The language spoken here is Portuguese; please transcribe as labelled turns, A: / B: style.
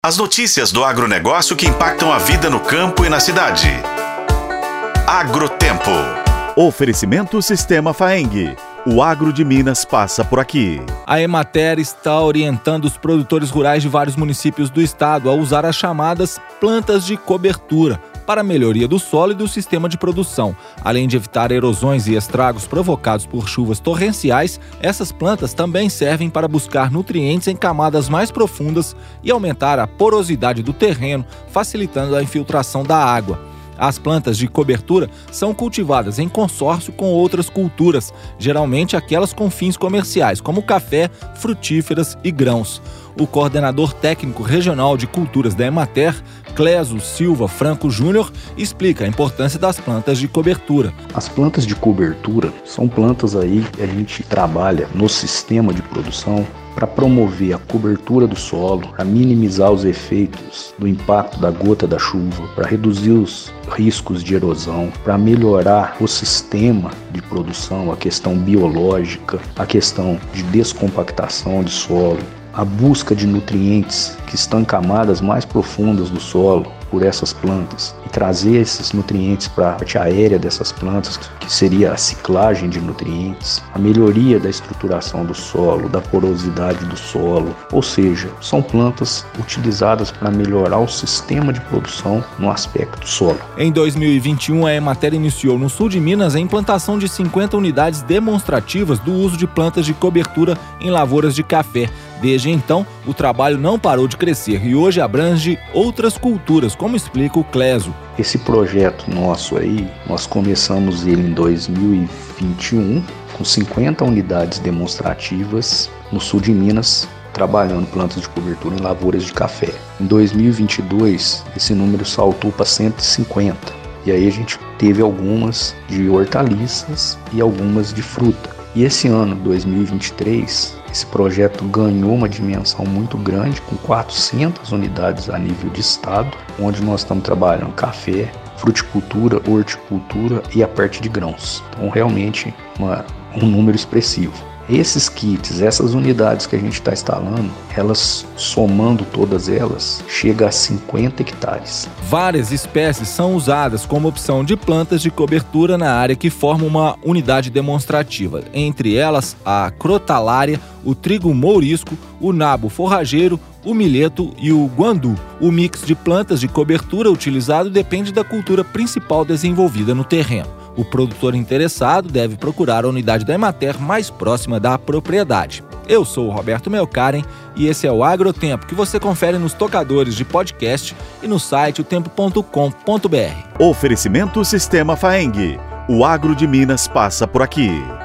A: As notícias do agronegócio que impactam a vida no campo e na cidade. Agrotempo.
B: Oferecimento Sistema Faeng. O agro de Minas passa por aqui.
C: A Emater está orientando os produtores rurais de vários municípios do estado a usar as chamadas plantas de cobertura para a melhoria do solo e do sistema de produção. Além de evitar erosões e estragos provocados por chuvas torrenciais, essas plantas também servem para buscar nutrientes em camadas mais profundas e aumentar a porosidade do terreno, facilitando a infiltração da água. As plantas de cobertura são cultivadas em consórcio com outras culturas, geralmente aquelas com fins comerciais, como café, frutíferas e grãos. O coordenador técnico regional de culturas da Emater, Clésio Silva Franco Júnior, explica a importância das plantas de cobertura.
D: As plantas de cobertura são plantas aí que a gente trabalha no sistema de produção para promover a cobertura do solo, para minimizar os efeitos do impacto da gota da chuva, para reduzir os riscos de erosão, para melhorar o sistema de produção, a questão biológica, a questão de descompactação de solo, a busca de nutrientes que estão em camadas mais profundas do solo por essas plantas e trazer esses nutrientes para a parte aérea dessas plantas, que seria a ciclagem de nutrientes, a melhoria da estruturação do solo, da porosidade do solo, ou seja, são plantas utilizadas para melhorar o sistema de produção no aspecto solo.
C: Em 2021, a Emater iniciou no sul de Minas a implantação de 50 unidades demonstrativas do uso de plantas de cobertura em lavouras de café. Desde então, o trabalho não parou de crescer e hoje abrange outras culturas, como explica o Clésio.
D: Esse projeto nosso aí, nós começamos ele em 2021, com 50 unidades demonstrativas no sul de Minas, trabalhando plantas de cobertura em lavouras de café. Em 2022, esse número saltou para 150. E aí a gente teve algumas de hortaliças e algumas de fruta. E esse ano, 2023, esse projeto ganhou uma dimensão muito grande, com 400 unidades a nível de estado, onde nós estamos trabalhando café, fruticultura, horticultura e a parte de grãos. Então, realmente, um número expressivo. Esses kits, essas unidades que a gente está instalando, elas, somando todas elas, chega a 50 hectares.
C: Várias espécies são usadas como opção de plantas de cobertura na área que forma uma unidade demonstrativa. Entre elas, a crotalária, o trigo mourisco, o nabo forrageiro, o milheto e o guandu. O mix de plantas de cobertura utilizado depende da cultura principal desenvolvida no terreno. O produtor interessado deve procurar a unidade da Emater mais próxima da propriedade. Eu sou o Roberto Melkaren e esse é o Agrotempo, que você confere nos tocadores de podcast e no site otempo.com.br.
B: Oferecimento Sistema Faeng. O agro de Minas passa por aqui.